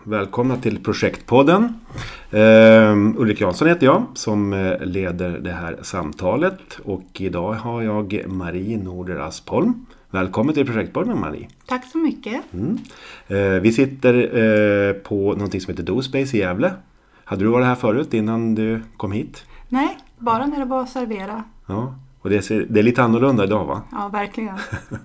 välkomna till Projektpodden. Ulrik Jansson heter jag som leder det här samtalet. Och idag har jag Marie Norder Aspholm. Välkommen till Projektpodden, Marie. Tack så mycket. Vi sitter på någonting som heter DoSpace i Gävle. Hade du varit här förut innan du kom hit? Nej, bara när det var att servera. Ja. Och det är lite annorlunda idag, va? Ja, verkligen.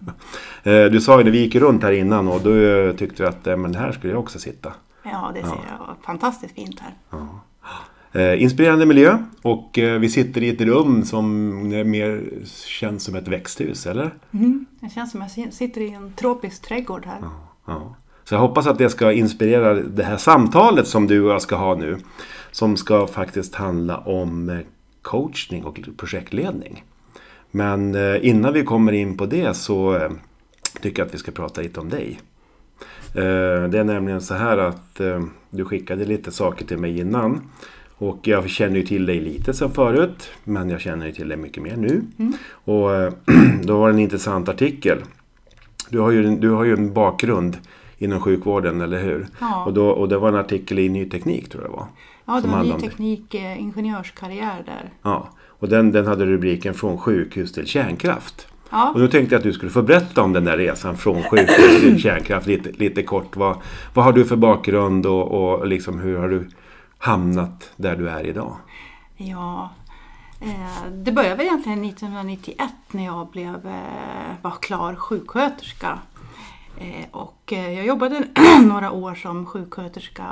Du sa ju när vi gick runt här innan och då tyckte du att men här skulle jag också sitta. Ja, det ser jag fantastiskt fint här. Ja. Inspirerande miljö och vi sitter i ett rum som mer känns som ett växthus, eller? Det känns som jag sitter i en tropisk trädgård här. Ja. Så jag hoppas att det ska inspirera det här samtalet som du och jag ska ha nu. Som ska faktiskt handla om coachning och projektledning. Men innan vi kommer in på det så tycker jag att vi ska prata lite om dig. Det är nämligen så här att du skickade lite saker till mig innan. Och jag känner ju till dig lite som förut, men jag känner ju till dig mycket mer nu. Och då var det en intressant artikel. Du har ju en bakgrund inom sjukvården, eller hur? Ja. Och det var en artikel i Ny Teknik, tror jag det var. Ja, det var Ny Teknik, ingenjörskarriär där. Ja, och den hade rubriken Från sjukhus till kärnkraft. Ja. Och då tänkte jag att du skulle få berätta om den där resan från sjukhus till kärnkraft lite kort. Vad har du för bakgrund och liksom hur har du hamnat där du är idag? Ja, det började egentligen 1991 när jag var klar sjuksköterska. Och jag jobbade några år som sjuksköterska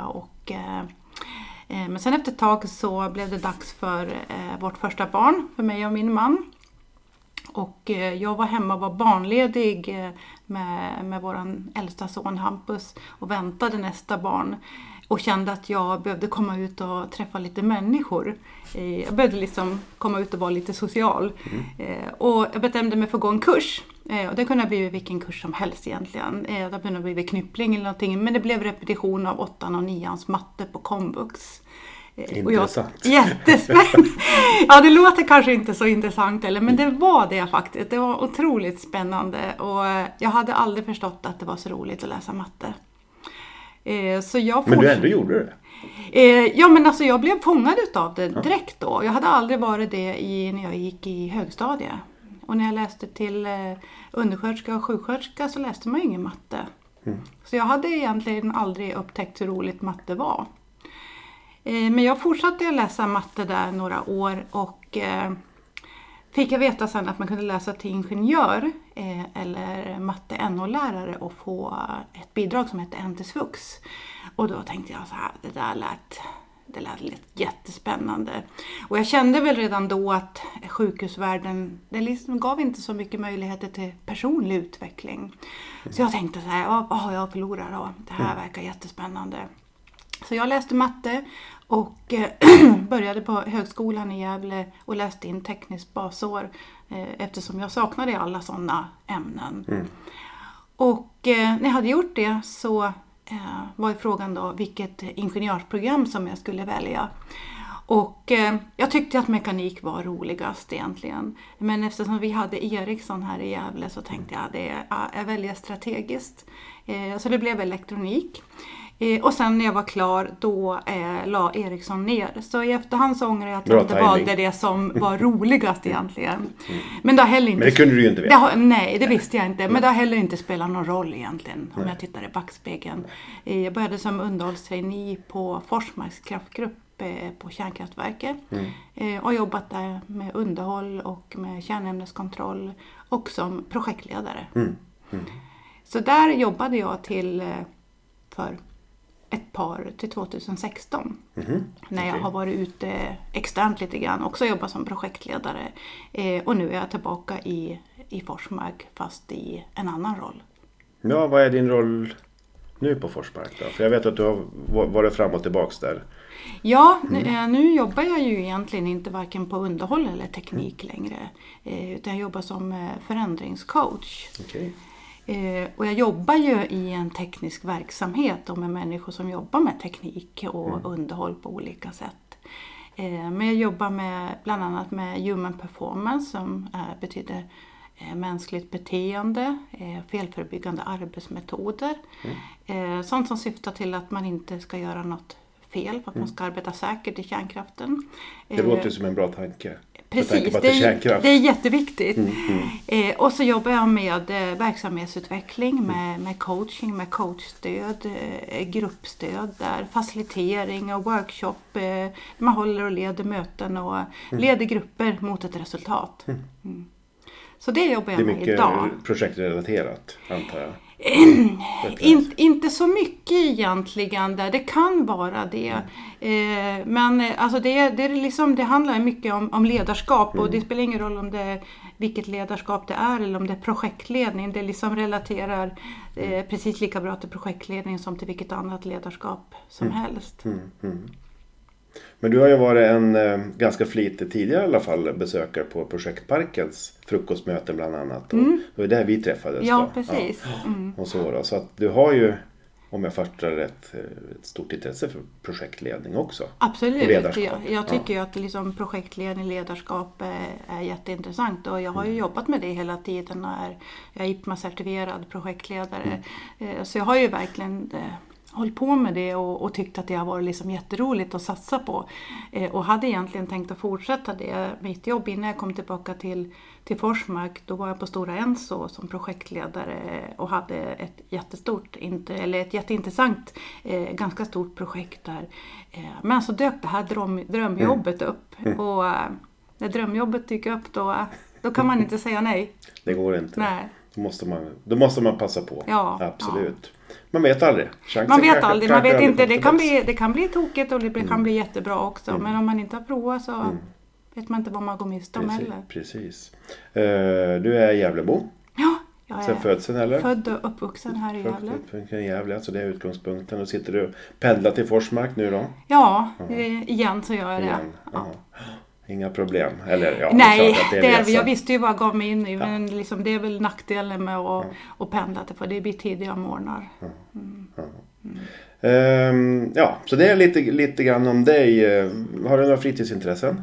men sen efter ett tag så blev det dags för vårt första barn, för mig och min man. Och jag var hemma och var barnledig med våran äldsta son Hampus och väntade nästa barn. Och kände att jag behövde komma ut och träffa lite människor. Jag behövde liksom komma ut och vara lite social. Och jag bestämde mig för att gå en kurs. Och det kunde ha blivit vilken kurs som helst egentligen. Det kunde ha blivit knyppling eller någonting. Men det blev repetition av 8:an och 9:ans matte på komvux. Intressant. Jättespännande. Ja, det låter kanske inte så intressant eller, men det var det faktiskt. Det var otroligt spännande. Och jag hade aldrig förstått att det var så roligt att läsa matte. Men du ändå gjorde det? Ja, men alltså jag blev fångad av det direkt då. Jag hade aldrig varit det när jag gick i högstadiet. Och när jag läste till undersköterska och sjuksköterska så läste man ingen matte. Så jag hade egentligen aldrig upptäckt hur roligt matte var. Men jag fortsatte att läsa matte där några år och fick jag veta sen att man kunde läsa till ingenjör eller matte NO-lärare och få ett bidrag som hette NT-svux. Och då tänkte jag så här, det lät jättespännande. Och jag kände väl redan då att sjukhusvärlden, det liksom gav inte så mycket möjligheter till personlig utveckling. Så jag tänkte så här, vad har jag förlorat då? Det här verkar jättespännande. Så jag läste matte och började på högskolan i Gävle och läste in tekniskt basår eftersom jag saknade alla sådana ämnen. Och när jag hade gjort det så var frågan då vilket ingenjörsprogram som jag skulle välja. Och jag tyckte att mekanik var roligast egentligen. Men eftersom vi hade Ericsson här i Gävle så tänkte jag att jag väljer strategiskt. Så det blev elektronik. Och sen när jag var klar då la Ericsson ner. Så i efterhand så ångrar jag att jag inte valde det som var roligast egentligen. Men det har heller inte... Men det kunde du ju inte veta. Nej, det visste jag inte. Men det har heller inte spelat någon roll egentligen om jag tittar i backspegeln. Jag började som underhållstrainee på Forsmarks kraftgrupp på kärnkraftverket. Och jobbat där med underhåll och med kärnämneskontroll och som projektledare. Så där jobbade jag till 2016. När jag har varit ute externt lite grann. Också jobbat som projektledare. Och nu är jag tillbaka i Forsmark fast i en annan roll. Ja, vad är din roll nu på Forsmark då? För jag vet att du har varit fram och tillbaks där. Ja, nu jobbar jag ju egentligen inte varken på underhåll eller teknik längre. Utan jag jobbar som förändringscoach. Okej. Och jag jobbar ju i en teknisk verksamhet och med människor som jobbar med teknik och underhåll på olika sätt. Men jag jobbar bland annat med human performance som betyder mänskligt beteende, felförebyggande arbetsmetoder. Sånt som syftar till att man inte ska göra något fel, för att man ska arbeta säkert i kärnkraften. Det låter som en bra tanke. Precis, det är jätteviktigt. Och så jobbar jag med verksamhetsutveckling, med coaching, med coachstöd, gruppstöd, där facilitering och workshop. Man håller och leder möten och leder grupper mot ett resultat. Så det jobbar jag med idag. Det är mycket projektrelaterat, antar jag. Inte så mycket egentligen där. Det kan vara det. Men alltså det handlar mycket om ledarskap. Och det spelar ingen roll om det vilket ledarskap det är eller om det är projektledning. Det liksom relaterar precis lika bra till projektledning som till vilket annat ledarskap som helst. Men du har ju varit en ganska flitig tidigare i alla fall besökare på Projektparkens frukostmöten bland annat. Och det var där vi träffades. Ja, då. precis. Och så då. Så att du har ju, om jag fattar rätt, ett stort intresse för projektledning också. Absolut. Jag tycker ju att liksom projektledning, ledarskap är jätteintressant. Och jag har ju jobbat med det hela tiden. Jag är IPMA-certifierad projektledare. Så jag har ju verkligen hållit på med det och tyckt att det har varit liksom jätteroligt att satsa på. Och hade egentligen tänkt att fortsätta det. Mitt jobb innan jag kom tillbaka till Forsmark, då var jag på Stora Enso som projektledare och hade ett jätteintressant, ganska stort projekt där. Men så dök det här drömjobbet upp. Och när drömjobbet dyker upp då kan man inte säga nej. Det går inte. Nej. Då måste man passa på. Ja, absolut. Ja. Man vet aldrig. Man vet inte. Det kan bli tokigt och det kan bli jättebra också. Men om man inte har provat så vet man inte vad man går miste om heller. Precis. Du är Gävlebo. Ja, jag är sen födseln, eller? Född och uppvuxen här i Gävle. Gävle, alltså det är utgångspunkten. Och sitter du och pendlar till Forsmark nu då? Ja, igen så gör jag det. Ja. Inga problem? Eller, nej, jag visste ju vad jag gav mig in i. Men liksom, det är väl nackdelen med att pendla till, för det blir tidiga morgnar. Så det är lite grann om dig. Har du några fritidsintressen?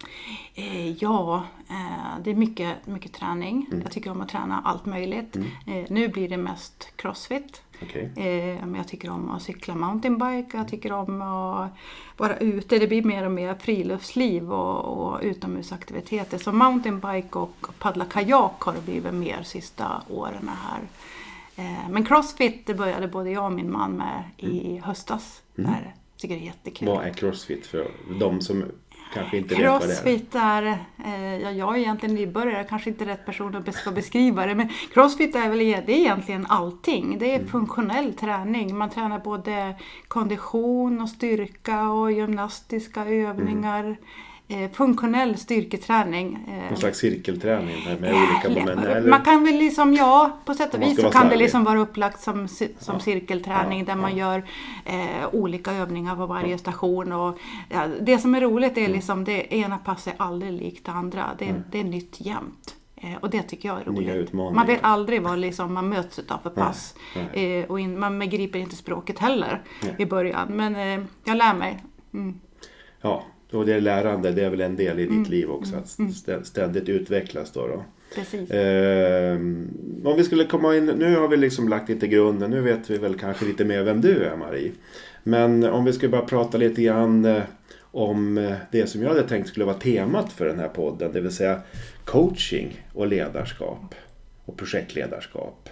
Det är mycket träning. Jag tycker om att träna allt möjligt. Nu blir det mest crossfit. Okay. Men jag tycker om att cykla mountainbike. Jag tycker om att vara ute. Det blir mer och mer friluftsliv och utomhusaktiviteter. Så mountainbike och paddla kajak har det blivit mer sista åren här. Men crossfit, det började både jag och min man med i höstas. Där. Jag tycker det är jättekul. Vad är crossfit för de som kanske inte vet vad det är? Crossfit är, jag är egentligen nybörjare, kanske inte rätt person att beskriva det, men crossfit det är egentligen allting. Det är funktionell träning. Man tränar både kondition och styrka och gymnastiska övningar. Funktionell styrketräning. En slags cirkelträning med olika moment. Eller? Man kan väl liksom, på sätt och vis så kan det liksom vara upplagt som cirkelträning där man gör olika övningar på varje station. Och, det som är roligt är liksom det ena passet är aldrig likt det andra. Det är nytt jämt. Och det tycker jag är roligt. Man vet aldrig vad liksom man möts av för pass. Och man begriper inte språket heller i början. Men jag lär mig. Ja. Och det är lärande, det är väl en del i ditt liv också, att ständigt utvecklas då. Precis. Om vi skulle komma in, nu har vi liksom lagt lite grunden, nu vet vi väl kanske lite mer vem du är, Marie. Men om vi skulle bara prata lite grann om det som jag hade tänkt skulle vara temat för den här podden, det vill säga coaching och ledarskap och projektledarskap.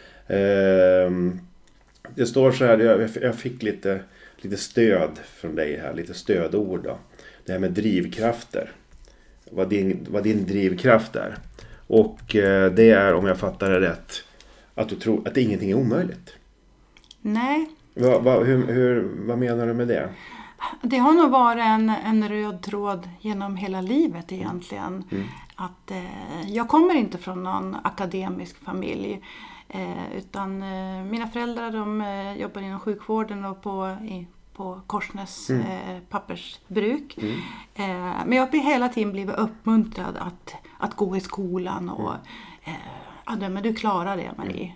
Det står så här, jag fick lite stöd från dig här, lite stödord då. Det här med drivkrafter. Vad din drivkraft är. Och det är, om jag fattar det rätt, att du tror att ingenting är omöjligt. Nej. Vad menar du med det? Det har nog varit en röd tråd genom hela livet egentligen. Att jag kommer inte från någon akademisk familj. Utan mina föräldrar jobbar inom sjukvården och på Korsnäs pappersbruk. Men jag har hela tiden blivit uppmuntrad att gå i skolan och men du klarar det, Marie.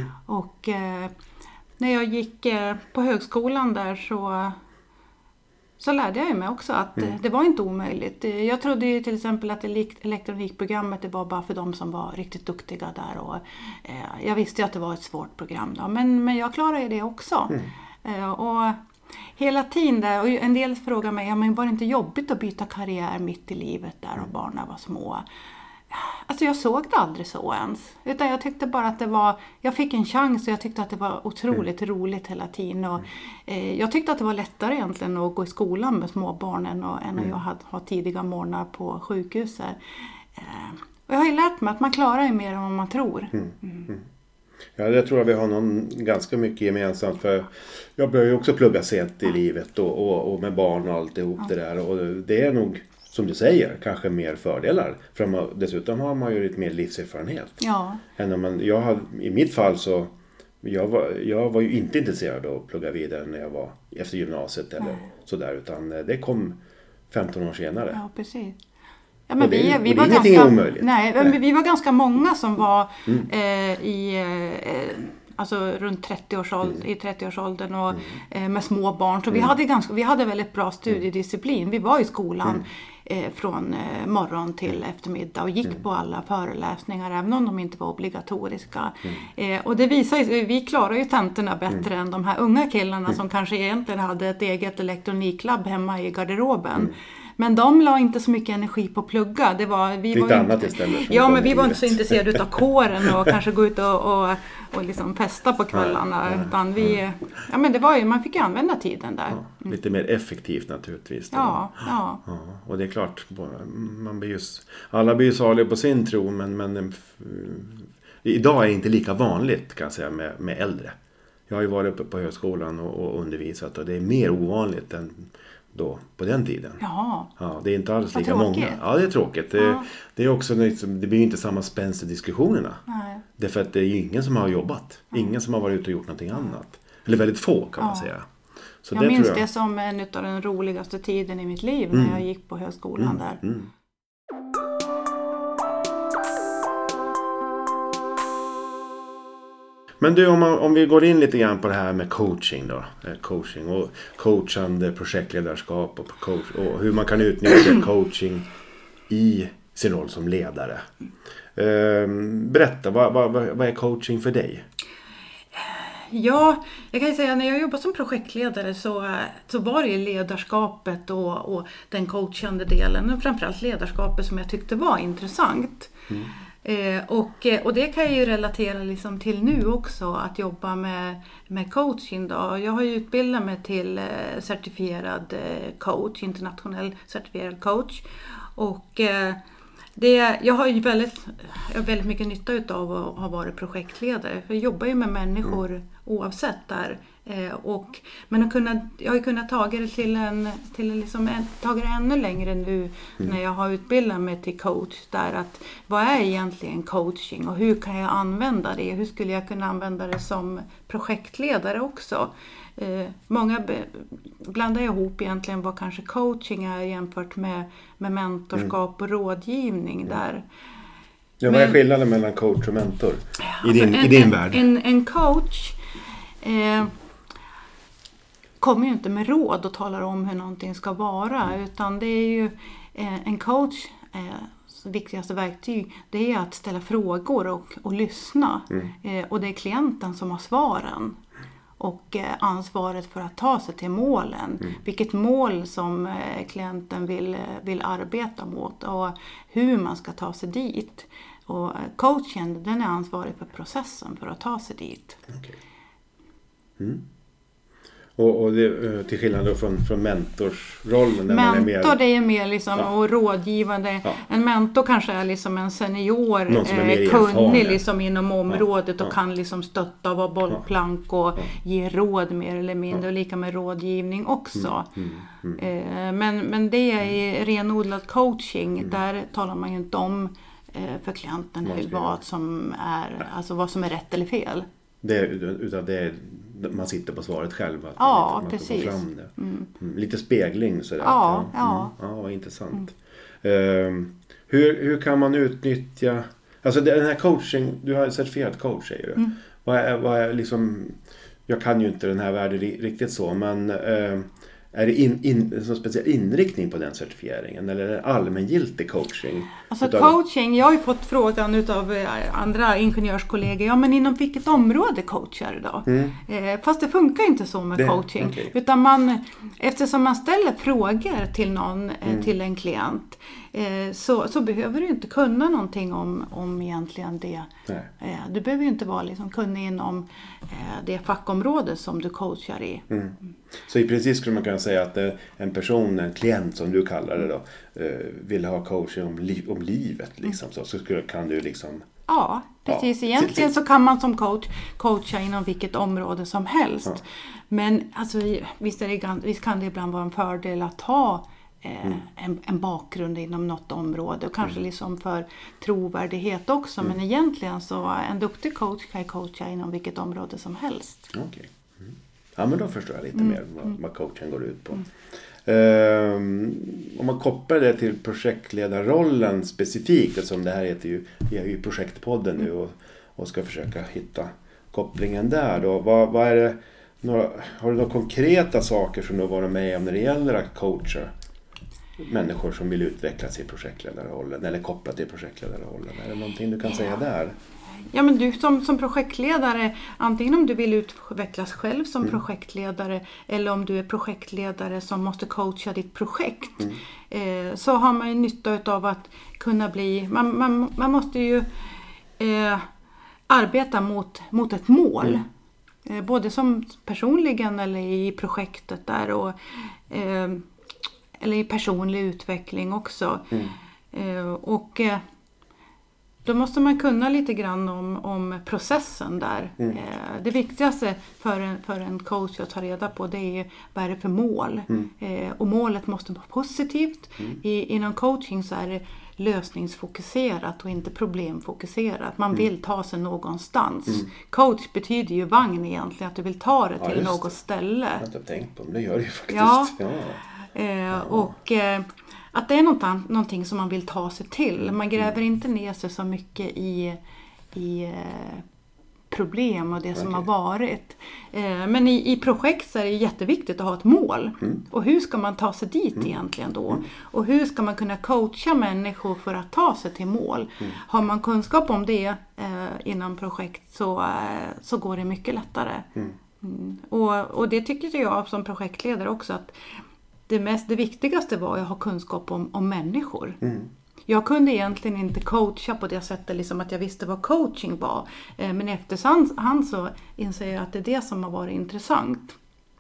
Och när jag gick på högskolan där så så lärde jag mig också att det var inte omöjligt. Jag trodde ju till exempel att elektronikprogrammet det var bara för de som var riktigt duktiga där. Och, jag visste ju att det var ett svårt program då, men jag klarade ju det också. Och hela tiden där, och en del frågar mig, men var det inte jobbigt att byta karriär mitt i livet där och barnen var små? Alltså jag såg det aldrig så ens. Utan jag tyckte bara att jag fick en chans och jag tyckte att det var otroligt roligt hela tiden. Och, jag tyckte att det var lättare egentligen att gå i skolan med småbarnen än att jag ha tidiga morgnar på sjukhuset. Och jag har ju lärt mig att man klarar ju mer än vad man tror. Ja, det tror jag vi har ganska mycket gemensamt, för jag började ju också plugga sent i livet och med barn och alltihop det där, och det är nog som du säger kanske mer fördelar, för dessutom har man ju lite mer livserfarenhet. Ja. Än om i mitt fall så jag var ju inte intresserad av att plugga vidare när jag var efter gymnasiet eller sådär, utan det kom 15 år senare. Ja, precis. Ja, men vi var ingenting ganska omöjligt. Nej, vi var ganska många som var alltså runt 30-årsåldern och med små barn. Så vi hade väldigt bra studiedisciplin. Vi var i skolan från morgon till eftermiddag och gick på alla föreläsningar även om de inte var obligatoriska. Och det visar ju, vi klarar ju tentorna bättre än de här unga killarna som kanske egentligen hade ett eget elektroniklabb hemma i garderoben. Men de la inte så mycket energi på att plugga. Annat istället. Ja, men vi var inte så intresserade av kåren och kanske gå ut och liksom festa på kvällarna. Utan men det var ju, man fick ju använda tiden där. Ja, lite mer effektivt naturligtvis. Ja. Och det är klart, alla blir ju saliga på sin tro, men idag är det inte lika vanligt kan jag säga med äldre. Jag har ju varit uppe på högskolan och undervisat, och det är mer ovanligt än då på den tiden. Jaha. Ja, det är inte alls lika tråkigt. många. Ja, det är tråkigt. Det är också det blir ju inte samma spänst i diskussionerna. Nej. Därför att det är ju ingen som har jobbat. Ingen som har varit ute och gjort någonting annat. Eller väldigt få kan man säga. Så jag minns det som en av den roligaste tiden i mitt liv när jag gick på högskolan där. Men du, om vi går in lite grann på det här med coaching då. Coaching och coachande projektledarskap och hur man kan utnyttja coaching i sin roll som ledare. Berätta, vad är coaching för dig? Ja, jag kan ju säga att när jag jobbade som projektledare så var det ledarskapet och den coachande delen, och framförallt ledarskapet som jag tyckte var intressant. Och det kan jag ju relatera liksom till nu också, att jobba med coaching då. Jag har ju utbildat mig till certifierad coach, internationell certifierad coach, och jag har ju väldigt mycket nytta utav att ha varit projektledare, för jag jobbar ju med människor oavsett där. Men jag har ju kunnat ta det ta det ännu längre nu när jag har utbildat mig till coach, där att vad är egentligen coaching och hur kan jag använda det? Hur skulle jag kunna använda det som projektledare också? Många blandar ihop egentligen vad kanske coaching är jämfört med mentorskap och rådgivning där. Ja, vad är skillnaden mellan coach och mentor i din värld? En coach kommer ju inte med råd och talar om hur någonting ska vara, utan det är ju en coach viktigaste verktyg, det är att ställa frågor och lyssna. Och det är klienten som har svaren och ansvaret för att ta sig till målen. Vilket mål som klienten vill arbeta mot och hur man ska ta sig dit. Och coachen, den är ansvarig för processen för att ta sig dit. Okay. Och det, till skillnad då från mentorsrollen. Mentor det är mer liksom och rådgivande. Ja. En mentor kanske är liksom en senior kunnig liksom inom området och kan liksom stötta och vara bollplank och ge råd mer eller mindre, och lika med rådgivning också. Men det är renodlad coaching. Där talar man ju inte om för klienten vad som är rätt eller fel. Utan man sitter på svaret själv. Ja, precis. Få fram det. Lite spegling sådär. Ja. Vad intressant. Hur kan man utnyttja, alltså den här coaching, du har certifierat coach säger du. Vad är liksom, jag kan ju inte den här världen riktigt så, men Är det en speciell inriktning på den certifieringen eller är det allmängiltig coaching? Alltså coaching, jag har ju fått frågan utav andra ingenjörskollegor, ja men inom vilket område coachar du då? Fast det funkar inte så med coaching. Okay. Utan eftersom man ställer frågor till någon, till en klient, så behöver du inte kunna någonting om egentligen det. Du behöver ju inte vara liksom kunnig inom det fackområde som du coachar i. Så i princip skulle man kunna säga att en klient som du kallar det då, vill ha coaching om livet liksom, så kan du liksom... Ja, precis. Egentligen så kan man som coacha inom vilket område som helst. Ja. Men alltså, visst kan det ibland vara en fördel att ha en bakgrund inom något område och kanske liksom för trovärdighet också. Men egentligen så en duktig coach kan coacha inom vilket område som helst. Okej. Ja, men då förstår jag lite mer vad coachen går ut på. Om man kopplar det till projektledarrollen specifikt, eftersom det här heter ju, vi är ju projektpodden nu och ska försöka hitta kopplingen där då. Vad är det, har du några konkreta saker som du har varit med om när det gäller att coacha människor som vill utvecklas i projektledarrollen eller kopplat till projektledarrollen? Är det någonting du kan säga där? Ja, men du som projektledare, antingen om du vill utvecklas själv som projektledare eller om du är projektledare som måste coacha ditt projekt, så har man ju nytta av att kunna bli, man måste ju arbeta mot ett mål. Både som personligen eller i projektet där och eller i personlig utveckling också. Och då måste man kunna lite grann om processen där. Det viktigaste för en coach att ta reda på, det är vad är det för mål. Och målet måste vara positivt. Inom coaching så är det lösningsfokuserat och inte problemfokuserat. Man vill ta sig någonstans. Coach betyder ju vagn egentligen, att du vill ta det till något ställe. Jag har inte tänkt på det gör det ju faktiskt. Ja. Och att det är någonting som man vill ta sig till. Man gräver inte ner sig så mycket i problem och det som har varit. Men i projekt så är det jätteviktigt att ha ett mål. Och hur ska man ta sig dit egentligen då? Och hur ska man kunna coacha människor för att ta sig till mål? Har man kunskap om det inom projekt så går det mycket lättare. Och det tycker jag som projektledare också, att det viktigaste var att ha kunskap om människor. Jag kunde egentligen inte coacha på det sättet liksom att jag visste vad coaching var. Men efterhand så inser jag att det är det som har varit intressant.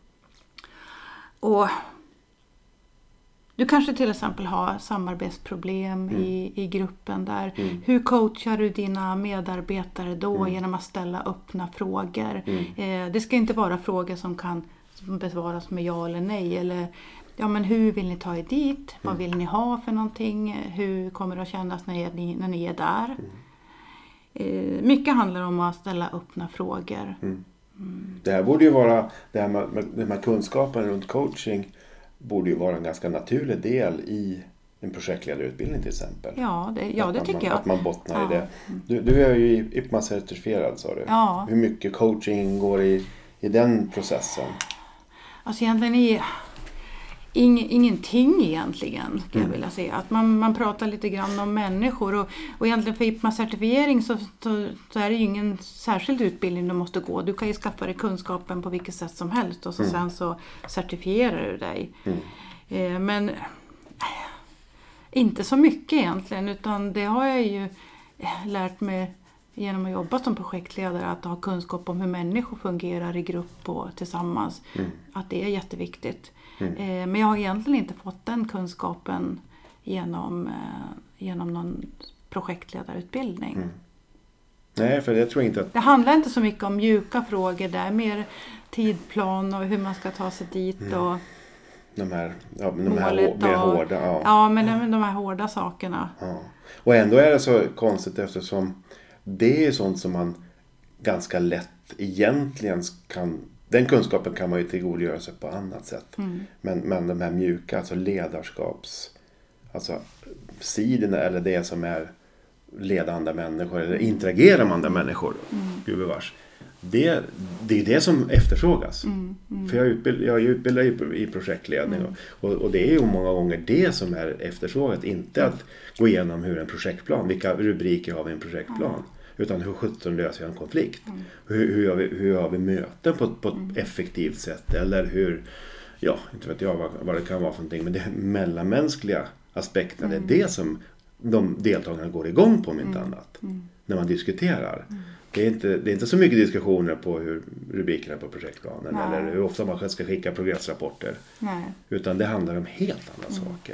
Och du kanske till exempel har samarbetsproblem i gruppen där. Hur coachar du dina medarbetare då genom att ställa öppna frågor? Det ska inte vara frågor som kan besvaras med ja eller nej, eller ja, men hur vill ni ta er dit? Vad vill ni ha för någonting? Hur kommer det att kännas när ni är där? Mycket handlar om att ställa öppna frågor. Det här borde ju vara, det här med kunskapen runt coaching borde ju vara en ganska naturlig del i en projektledarutbildning till exempel. Ja, det tycker jag. Att man bottnar i det. Du är ju IPMA-certifierad, sa du. Ja. Hur mycket coaching ingår i den processen? Alltså egentligen ingenting egentligen, kan jag vilja säga. Att man pratar lite grann om människor och egentligen för IPMA-certifiering så är det ju ingen särskild utbildning du måste gå. Du kan ju skaffa dig kunskapen på vilket sätt som helst och sen så certifierar du dig. Men inte så mycket egentligen, utan det har jag ju lärt mig genom att jobba som projektledare, att ha kunskap om hur människor fungerar i grupp och tillsammans. Att det är jätteviktigt. Men jag har egentligen inte fått den kunskapen genom någon projektledarutbildning. Nej, för jag tror inte att... Det handlar inte så mycket om mjuka frågor där, mer tidplan och hur man ska ta sig dit och de här hårda. Ja, men de här hårda sakerna. Ja. Och ändå är det så konstigt, eftersom det är sånt som man ganska lätt egentligen den kunskapen kan man ju tillgodogöra sig på annat sätt. Men de här mjuka, alltså ledarskaps, alltså sidorna eller det som är leda andra människor eller interagera med andra människor, gubevars. det är det som efterfrågas. För jag utbildar i projektledning och det är ju många gånger det som är efterfrågat. Inte att gå igenom hur en projektplan, vilka rubriker har vi i en projektplan. Utan hur 17 löser jag en konflikt. Hur har vi möten på ett effektivt sätt. Eller hur, inte vet jag vad det kan vara för någonting. Men det mellanmänskliga aspekterna, det är det som de deltagarna går igång på, om inte annat. När man diskuterar. Det är inte så mycket diskussioner på hur rubrikerna på projektplanen. Nej. Eller hur ofta man ska skicka progressrapporter. Nej. Utan det handlar om helt andra saker.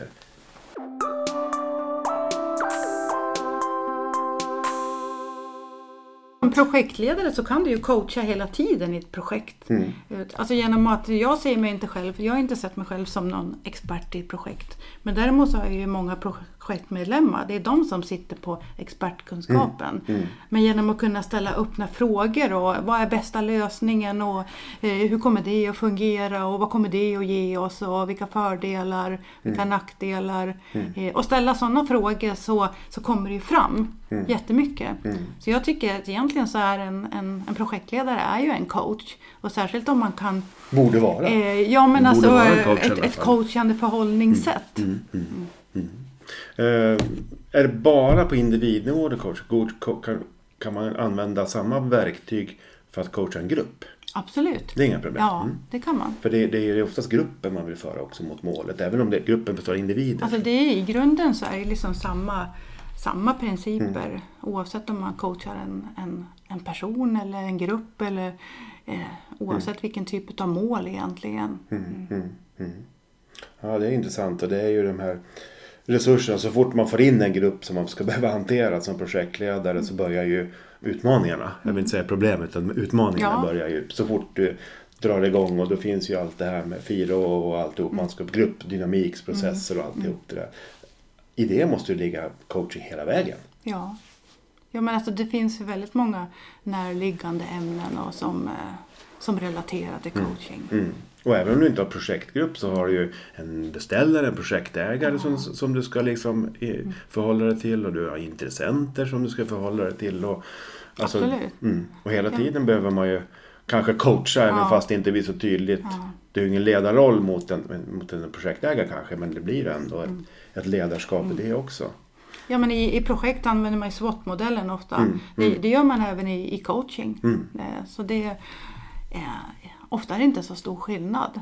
Som projektledare så kan du ju coacha hela tiden i ett projekt. Alltså genom att jag ser mig inte själv, jag har inte sett mig själv som någon expert i ett projekt. Men däremot så har jag ju många projektmedlemmar, det är de som sitter på expertkunskapen. Men genom att kunna ställa öppna frågor och vad är bästa lösningen och hur kommer det att fungera och vad kommer det att ge oss och vilka fördelar, vilka nackdelar. Och ställa sådana frågor så kommer det ju fram jättemycket. Så jag tycker att egentligen så är en projektledare är ju en coach. Och särskilt om man kan... Borde vara. Ja, men alltså ett coachande förhållningssätt. Är det bara på individnivå det coach? Kan man använda samma verktyg för att coacha en grupp? Absolut. Det är inga problem. Ja, det kan man. För det är oftast gruppen man vill föra också mot målet. Även om gruppen består av individer. Alltså det är, i grunden så är det liksom samma principer. Oavsett om man coachar en person eller en grupp. Eller oavsett vilken typ av mål egentligen. Ja, det är intressant. Och det är ju de här resurserna. Så fort man får in en grupp som man ska behöva hantera som projektledare så börjar ju utmaningarna. Jag vill inte säga problemet, utan utmaningarna börjar ju. Så fort du drar igång, och då finns ju allt det här med 4 och alltihop. Man ska gruppdynamiksprocesser och alltihop det där. I det måste ju ligga coaching hela vägen. Ja, men alltså det finns väldigt många närliggande ämnen och som relaterar till coaching. Och även om du inte har projektgrupp så har du ju en beställare, en projektägare som du ska liksom förhålla dig till, och du har intressenter som du ska förhålla dig till. Och, alltså, absolut. Och hela tiden behöver man ju kanske coacha även fast det inte blir så tydligt. Det är ju ingen ledarroll mot en projektägare kanske, men det blir ändå ett ledarskap i det också. Ja, men i projekt använder man ju SWOT-modellen ofta. Det gör man även i coaching. Så det ofta är det inte så stor skillnad.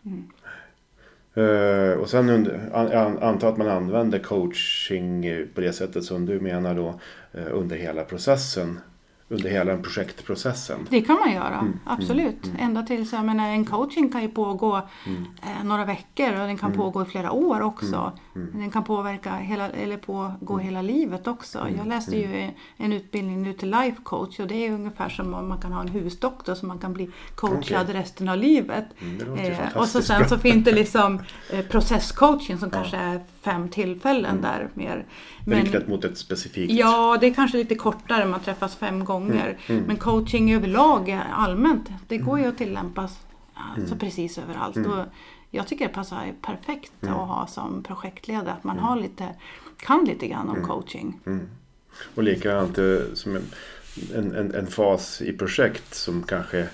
Och sen antar att man använder coaching på det sättet som du menar då under hela processen. Under hela projektprocessen. Det kan man göra, absolut. Ända tills, jag menar, en coaching kan ju pågå några veckor och den kan pågå i flera år också. Den kan påverka pågå hela livet också. Jag läste ju en utbildning nu till life coach, och det är ungefär som om man kan ha en husdoktor så man kan bli coachad resten av livet. Och sen så finns det liksom processcoaching som kanske är 5 tillfällen där mer. Riktat mot ett specifikt... Ja, det är kanske lite kortare, man träffas 5 gånger. Men coaching överlag allmänt, det går ju att tillämpas så precis överallt. Och jag tycker det passar perfekt att ha som projektledare, att man kan lite grann om coaching. Och likadant som en fas i projekt som kanske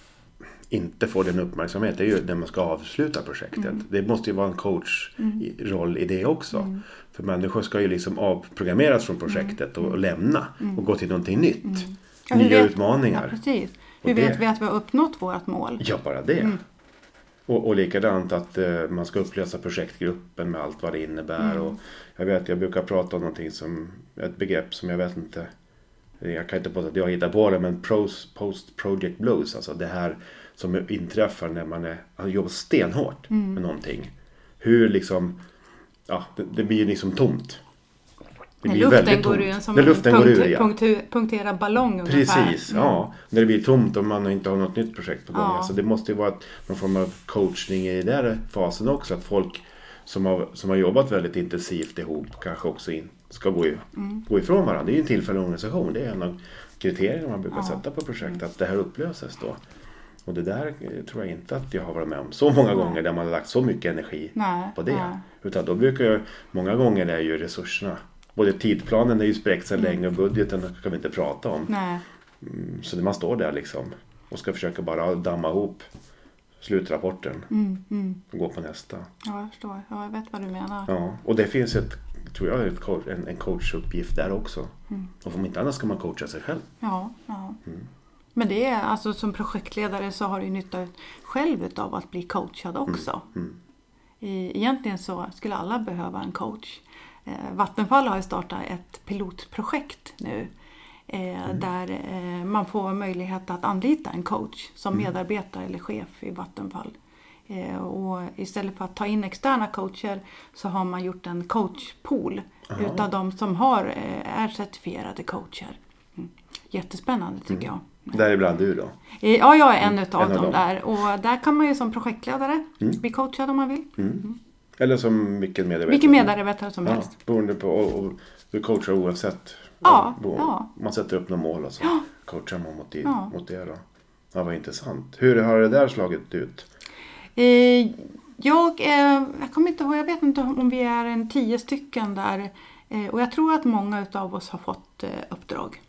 inte får den uppmärksamhet, det är ju när man ska avsluta projektet. Det måste ju vara en coachroll i det också. För människor ska ju liksom avprogrammeras från projektet och lämna och gå till någonting nytt. Nya utmaningar. Ja, precis. Hur vet vi att vi har uppnått vårt mål? Ja, bara det. Och likadant att man ska upplösa projektgruppen med allt vad det innebär. Och jag brukar prata om någonting som ett begrepp som jag vet inte, jag kan inte påstå att jag hittar på det, men post-project blues, alltså det här som inträffar när man jobbar stenhårt med någonting. Hur liksom, det blir liksom tomt. Det blir väldigt tomt. När luften går ur, punktera ballong ungefär. Precis, när det blir tomt och man inte har något nytt projekt på gång. Alltså det måste ju vara någon form av coachning i den där fasen också. Att folk som har jobbat väldigt intensivt ihop kanske också ska gå ifrån varandra. Det är ju en tillfällig organisation. Det är en av kriterierna man brukar sätta på projekt. Att det här upplöses då. Och det där tror jag inte att jag har varit med om så många gånger där man har lagt så mycket energi på det. Utan då brukar många gånger är ju resurserna. Både tidplanen är ju spräckt sedan länge och budgeten kan vi inte prata om. Så man står där liksom och ska försöka bara damma ihop slutrapporten och gå på nästa. Ja, jag förstår. Ja, jag vet vad du menar. Ja, och det finns tror jag, en coachuppgift där också. Och om inte annat ska man coacha sig själv. Ja. Men det är alltså som projektledare så har du nytta själv av att bli coachad också. Egentligen så skulle alla behöva en coach. Vattenfall har ju startat ett pilotprojekt nu där man får möjlighet att anlita en coach som medarbetare eller chef i Vattenfall. Och istället för att ta in externa coacher så har man gjort en coachpool utav de som är certifierade coacher. Jättespännande tycker jag. Däribland du då? Ja, jag är en utav dem där. Och där kan man ju som projektledare bli coachad om man vill. Eller som vilken medarbetare? Vilken medarbetare som helst. Beroende på, och du coachar oavsett. Man sätter upp några mål och så coachar man mot det då. Ja, vad intressant. Hur har det där slagit ut? Jag kommer inte ihåg, jag vet inte om vi är 10 stycken där. Och jag tror att många utav oss har fått uppdrag.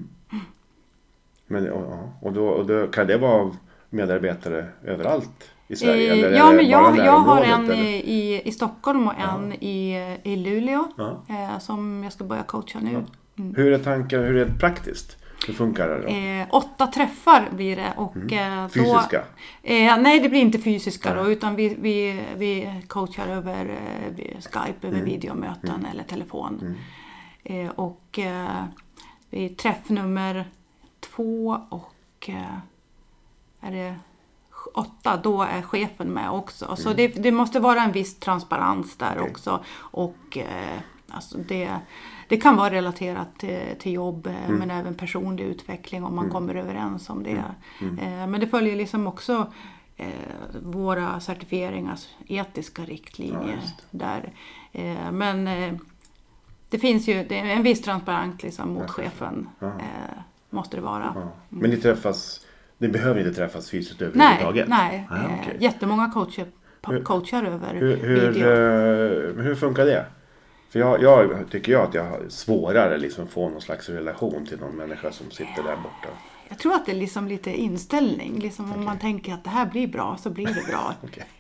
Men, och då kan det vara medarbetare överallt i Sverige? Eller ja, men jag har en i Stockholm och en i Luleå som jag ska börja coacha nu. Hur är tanken, hur är det praktiskt? Hur funkar det då? 8 träffar blir det. Och, fysiska? Nej, det blir inte fysiska då, utan vi coachar över Skype, över videomöten eller telefon. Och vi träff nummer 2 och är det 8, då är chefen med också. Så det måste vara en viss transparens där också. Och alltså det kan vara relaterat till jobb men även personlig utveckling om man kommer överens om det. Men det följer liksom också våra certifieringars etiska riktlinjer där. Men det finns ju en viss transparens liksom mot chefen. Måste det vara. Men ni behöver inte träffas fysiskt överhuvudtaget? Nej. Okay. Jättemånga coachar över video. Hur funkar det? För jag tycker att jag har svårare liksom få någon slags relation till någon människa som sitter där borta. Jag tror att det är liksom lite inställning. Liksom om man tänker att det här blir bra så blir det bra.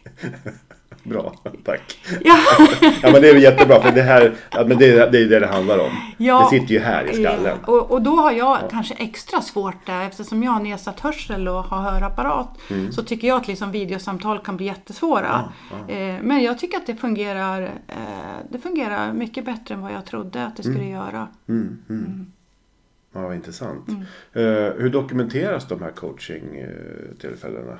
Bra, tack. Ja, men det är jättebra för det här, men det är det handlar om. Det sitter ju här i skallen. Och då har jag kanske extra svårt där, eftersom jag har nedsatt hörsel och har hörapparat, så tycker jag att liksom videosamtal kan bli jättesvåra. Men jag tycker att det fungerar mycket bättre än vad jag trodde att det skulle göra. Ja, vad intressant. Hur dokumenteras de här coaching-tillfällena?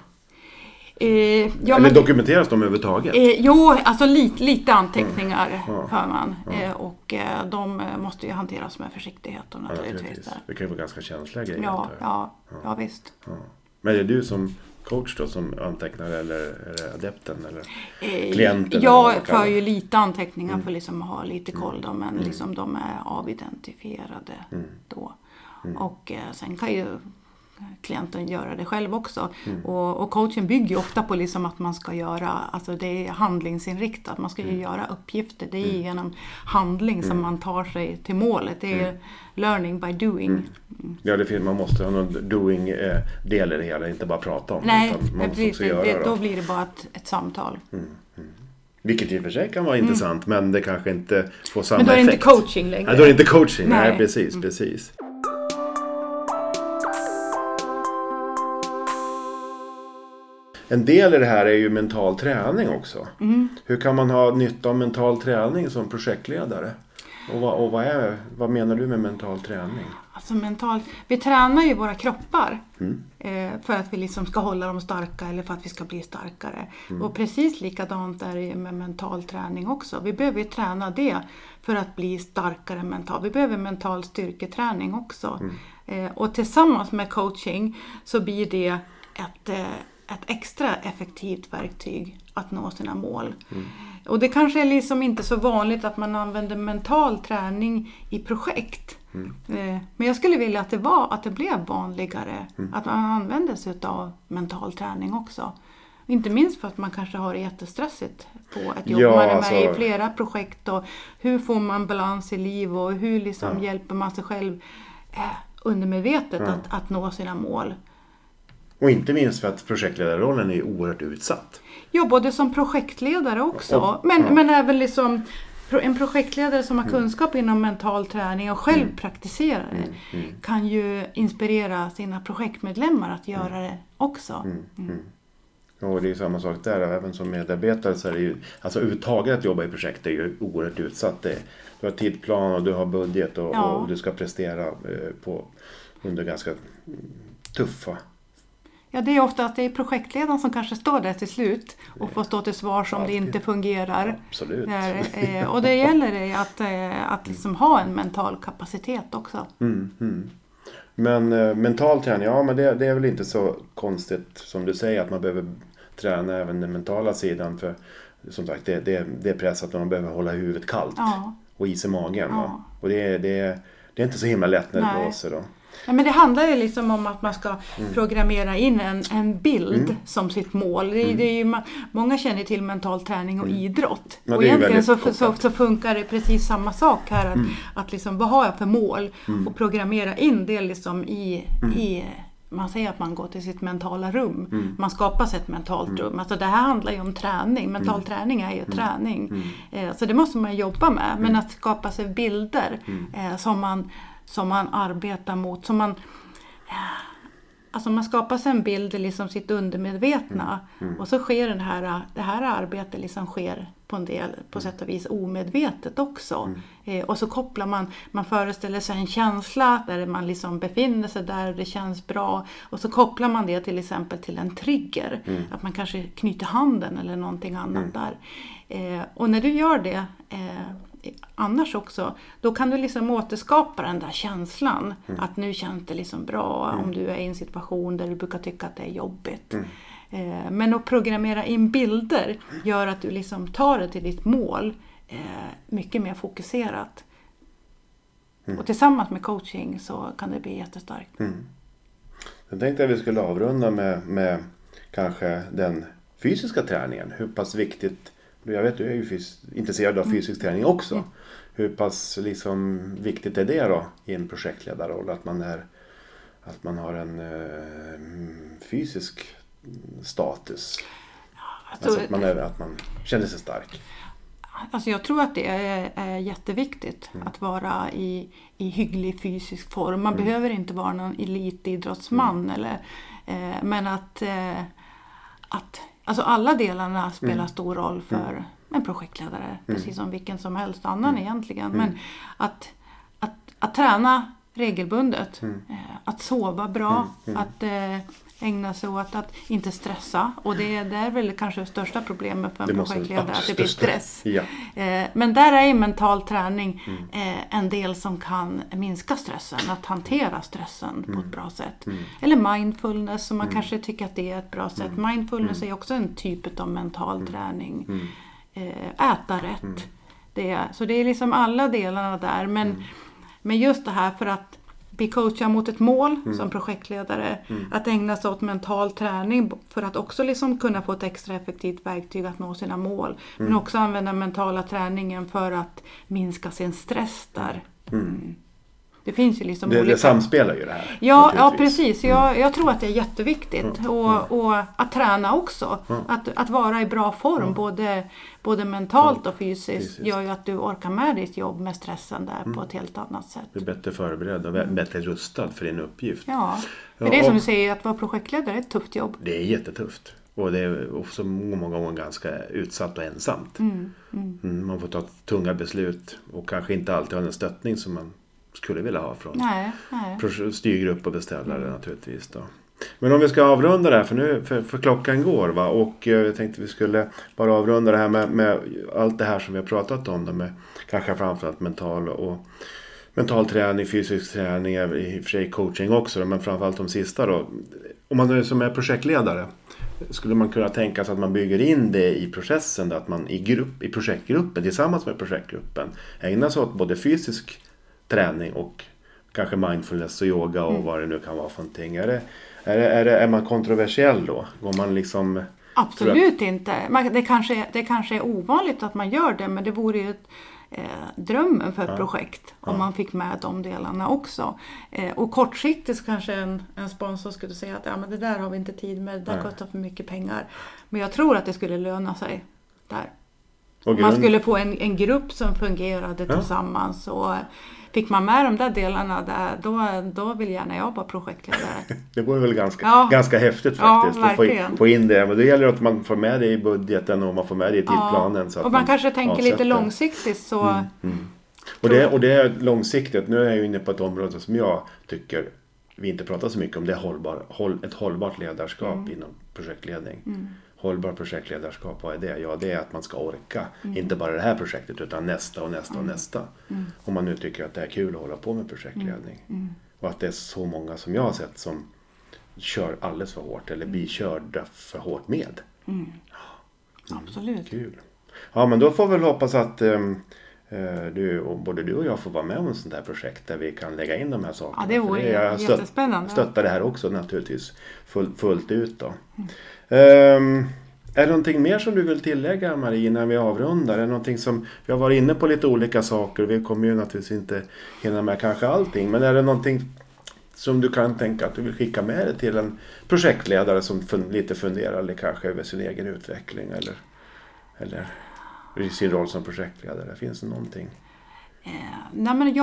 Eller dokumenteras de överhuvudtaget? Jo, alltså lite anteckningar för man. Och de måste ju hanteras med försiktighet och naturligtvis. Det kan ju vara ganska känsliga grejer. Ja, visst. Men är det du som coach då som antecknar eller är det adepten eller klienten? Jag för ju lite anteckningar för liksom att ha lite koll då, men liksom de är avidentifierade då. Och sen kan ju klienten göra det själv också. Och coachen bygger ju ofta på liksom att man ska göra, alltså det är handlingsinriktat, man ska ju göra uppgifter, det är genom handling som man tar sig till målet, det är learning by doing. Ja, man måste ha någon doing-del i det hela, inte bara prata om nej, utan man måste också göra då blir det bara ett samtal. Vilket i och för sig kan vara intressant, men det kanske inte får samma effekt. Men då är det effekt. Inte coaching längre. Nej, då är det inte coaching, nej precis. En del i det här är ju mental träning också. Hur kan man ha nytta av mental träning som projektledare? Och vad menar du med mental träning? Alltså vi tränar ju våra kroppar för att vi liksom ska hålla dem starka eller för att vi ska bli starkare. Och precis likadant är det med mental träning också. Vi behöver ju träna det för att bli starkare mentalt. Vi behöver mental styrketräning också. Och tillsammans med coaching så blir det ett extra effektivt verktyg att nå sina mål. Och det kanske är liksom inte så vanligt att man använder mental träning i projekt. Men jag skulle vilja att det blev vanligare att man använder sig av mental träning också. Inte minst för att man kanske har det jättestressigt på ett jobb. Man är med i flera projekt och hur får man balans i liv och hur liksom hjälper man sig själv undermedvetet att nå sina mål. Och inte minst för att projektledarrollen är oerhört utsatt. Ja, både som projektledare också. Men även liksom en projektledare som har kunskap inom mental träning och själv praktiserar det kan ju inspirera sina projektmedlemmar att göra det också. Och det är samma sak där, även som medarbetare så är det ju, alltså överhuvudtaget att jobba i projekt är ju oerhört utsatt. Du har tidplan och du har budget och du ska prestera under ganska tuffa. Ja, det är ofta att det är projektledaren som kanske står där till slut och får stå till svars om det inte fungerar. Absolut. Och det gäller att liksom ha en mental kapacitet också. Men mental träning, men det är väl inte så konstigt som du säger att man behöver träna även den mentala sidan. För som sagt, det är pressat och man behöver hålla huvudet kallt och is i magen. Ja. Och det är inte så himla lätt när det blåser då. Ja, men det handlar ju liksom om att man ska programmera in en bild som sitt mål. Det är ju, många känner till mental träning och idrott. Ja, och egentligen så funkar det precis samma sak här. Att liksom, vad har jag för mål? Och programmera in det liksom i man säger att man går till sitt mentala rum. Man skapar sig ett mentalt rum. Alltså det här handlar ju om träning. Mental träning är ju träning. Så det måste man jobba med. Men att skapa sig bilder som man arbetar mot. Alltså man skapar sig en bild i liksom sitt undermedvetna. Och så sker det här arbetet liksom sker på sätt och vis omedvetet också. Och så kopplar man föreställer sig en känsla där man liksom befinner sig där det känns bra. Och så kopplar man det till exempel till en trigger. Att man kanske knyter handen eller någonting annat där. Och när du gör det annars också, då kan du liksom återskapa den där känslan att nu känns det liksom bra om du är i en situation där du brukar tycka att det är jobbigt. Men att programmera in bilder gör att du liksom tar det till ditt mål mycket mer fokuserat. Och tillsammans med coaching så kan det bli jättestarkt. Jag tänkte att vi skulle avrunda med kanske den fysiska träningen. Hur pass viktigt, jag vet du är ju intresserad av fysisk träning också. Hur pass liksom viktigt är det då i en projektledarroll att man har en fysisk status? Alltså att man känner sig stark. Alltså jag tror att det är jätteviktigt att vara i hygglig fysisk form. Man behöver inte vara någon elitidrottsman men att alltså alla delarna spelar stor roll för en projektledare, precis som vilken som helst annan egentligen. Men att träna regelbundet, att sova bra, att ägna sig åt att inte stressa. Och det är väl kanske det största problemet för en projektledare, att det blir stress. Ja. Men där är ju mental träning en del som kan minska stressen, att hantera stressen på ett bra sätt. Eller mindfulness, som man kanske tycker att det är ett bra sätt. Mindfulness är också en typ av mental träning. Äta rätt. Så det är liksom alla delarna där. Men just det här för att bli coachad mot ett mål som projektledare. Att ägna sig åt mental träning för att också liksom kunna få ett extra effektivt verktyg att nå sina mål. Men också använda mentala träningen för att minska sin stress där. Det finns ju liksom det samspelar ju det här. Ja, precis. Jag tror att det är jätteviktigt. Och att träna också. Att vara i bra form, både mentalt och fysiskt, gör ju att du orkar med ditt jobb med stressen där på ett helt annat sätt. Du är bättre förberedd och bättre rustad för din uppgift. Ja, för det är som du säger, att vara projektledare är ett tufft jobb. Det är jättetufft. Och det är också många gånger ganska utsatt och ensamt. Man får ta tunga beslut och kanske inte alltid ha den stöttning som man skulle vilja ha från styrgrupp och beställare naturligtvis då. Men om vi ska avrunda det här, för klockan går va, och jag tänkte vi skulle bara avrunda det här med allt det här som vi har pratat om då, med kanske framförallt mental träning, fysisk träning, i och för sig coaching också då, men framförallt de sista då. Om man är som är projektledare, skulle man kunna tänka sig att man bygger in det i processen då, att man i projektgruppen tillsammans med projektgruppen ägnar sig åt både fysisk träning och kanske mindfulness och yoga och vad det nu kan vara för någonting. Är man kontroversiell då? Går man liksom... Absolut inte. Det kanske är ovanligt att man gör det, men det vore ju drömmen för ett projekt. Om man fick med de delarna också. Och kortsiktigt så kanske en sponsor skulle säga att men det där har vi inte tid med, det där kostar för mycket pengar. Men jag tror att det skulle löna sig där. Man skulle få en grupp som fungerade tillsammans och fick man med de där delarna där, då vill gärna jag vara projektledare. Det var väl ganska häftigt faktiskt att få in det. Men det gäller att man får med det i budgeten och man får med det i tidplanen. Så att och man kanske tänker lite långsiktigt så... Och det är långsiktigt. Nu är jag ju inne på ett område som jag tycker vi inte pratar så mycket om. Det är ett hållbart ledarskap inom projektledning. Hållbar projektledarskap, vad är det? Ja, det är att man ska orka. Inte bara det här projektet utan nästa och nästa och nästa. Om man nu tycker att det är kul att hålla på med projektledning. Och att det är så många som jag har sett som kör alldeles för hårt eller blir körda för hårt med. Absolut. Kul. Ja, men då får vi väl hoppas att både du och jag får vara med om ett sånt här projekt där vi kan lägga in de här sakerna. Ja, det vore jättespännande. Stöttar det här också naturligtvis fullt ut då. Är det någonting mer som du vill tillägga, Marie, när vi avrundar? Är det någonting som, vi har varit inne på lite olika saker, vi kommer ju naturligtvis inte hinna med kanske allting, men är det någonting som du kan tänka att du vill skicka med dig till en projektledare som lite funderar eller kanske över sin egen utveckling eller i sin roll som projektledare? Finns det någonting? Nej men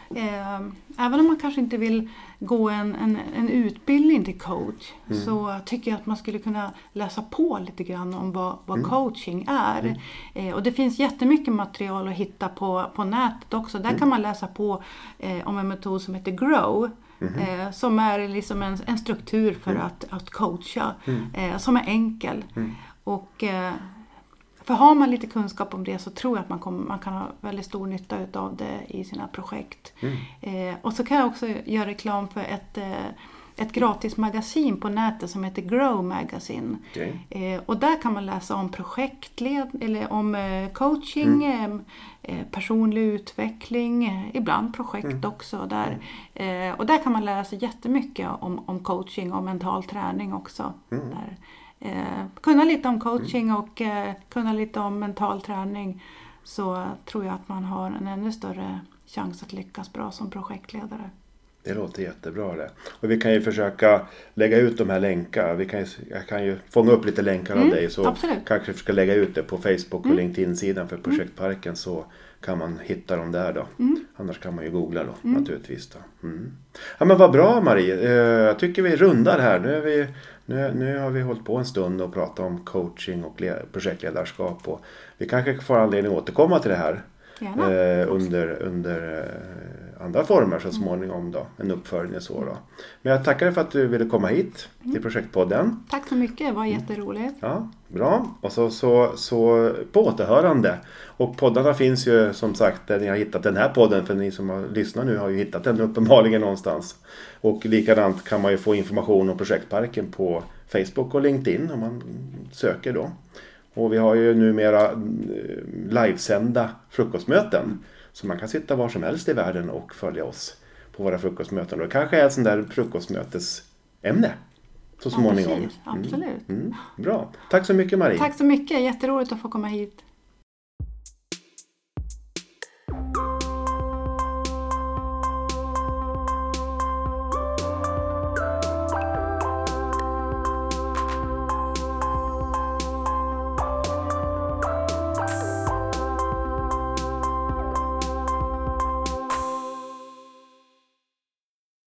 även om man kanske inte vill gå en utbildning till coach så tycker jag att man skulle kunna läsa på lite grann om vad coaching är. Och det finns jättemycket material att hitta på nätet också. Där kan man läsa på om en metod som heter GROW. Som är liksom en struktur för att coacha. Som är enkel. Och... För har man lite kunskap om det så tror jag att man kan ha väldigt stor nytta av det i sina projekt. Och så kan jag också göra reklam för ett gratis magasin på nätet som heter Grow Magazine. Okay. Och där kan man läsa om eller om coaching, personlig utveckling, ibland projekt också. Och där kan man lära sig jättemycket om coaching och mental träning också. Där. Kunna lite om coaching och kunna lite om mental träning, så tror jag att man har en ännu större chans att lyckas bra som projektledare. Det låter jättebra det. Och vi kan ju försöka lägga ut de här länkarna. Jag kan ju fånga upp lite länkar av dig, så absolut. Kanske vi ska lägga ut det på Facebook och LinkedIn-sidan för Projektparken, så kan man hitta dem där då. Annars kan man ju googla då naturligtvis då. Ja, men vad bra, Marie. Jag tycker vi rundar här. Nu har vi hållit på en stund och pratat om coaching och projektledarskap, och vi kanske får anledning att återkomma till det här under andra former så småningom då, en uppföljning så då. Men jag tackar för att du ville komma hit till Projektpodden. Tack så mycket, det var jätteroligt. Ja, bra. Och så på återhörande. Och poddarna finns ju som sagt där ni har hittat den här podden, för ni som har lyssnat nu har ju hittat den uppenbarligen någonstans. Och likadant kan man ju få information om Projektparken på Facebook och LinkedIn om man söker då. Och vi har ju numera livesända frukostmöten. Så man kan sitta var som helst i världen och följa oss på våra frukostmöten. Och det kanske är ett sånt där frukostmötesämne så småningom. Ja, precis. Absolut. Bra. Tack så mycket, Marie. Tack så mycket. Jätteroligt att få komma hit.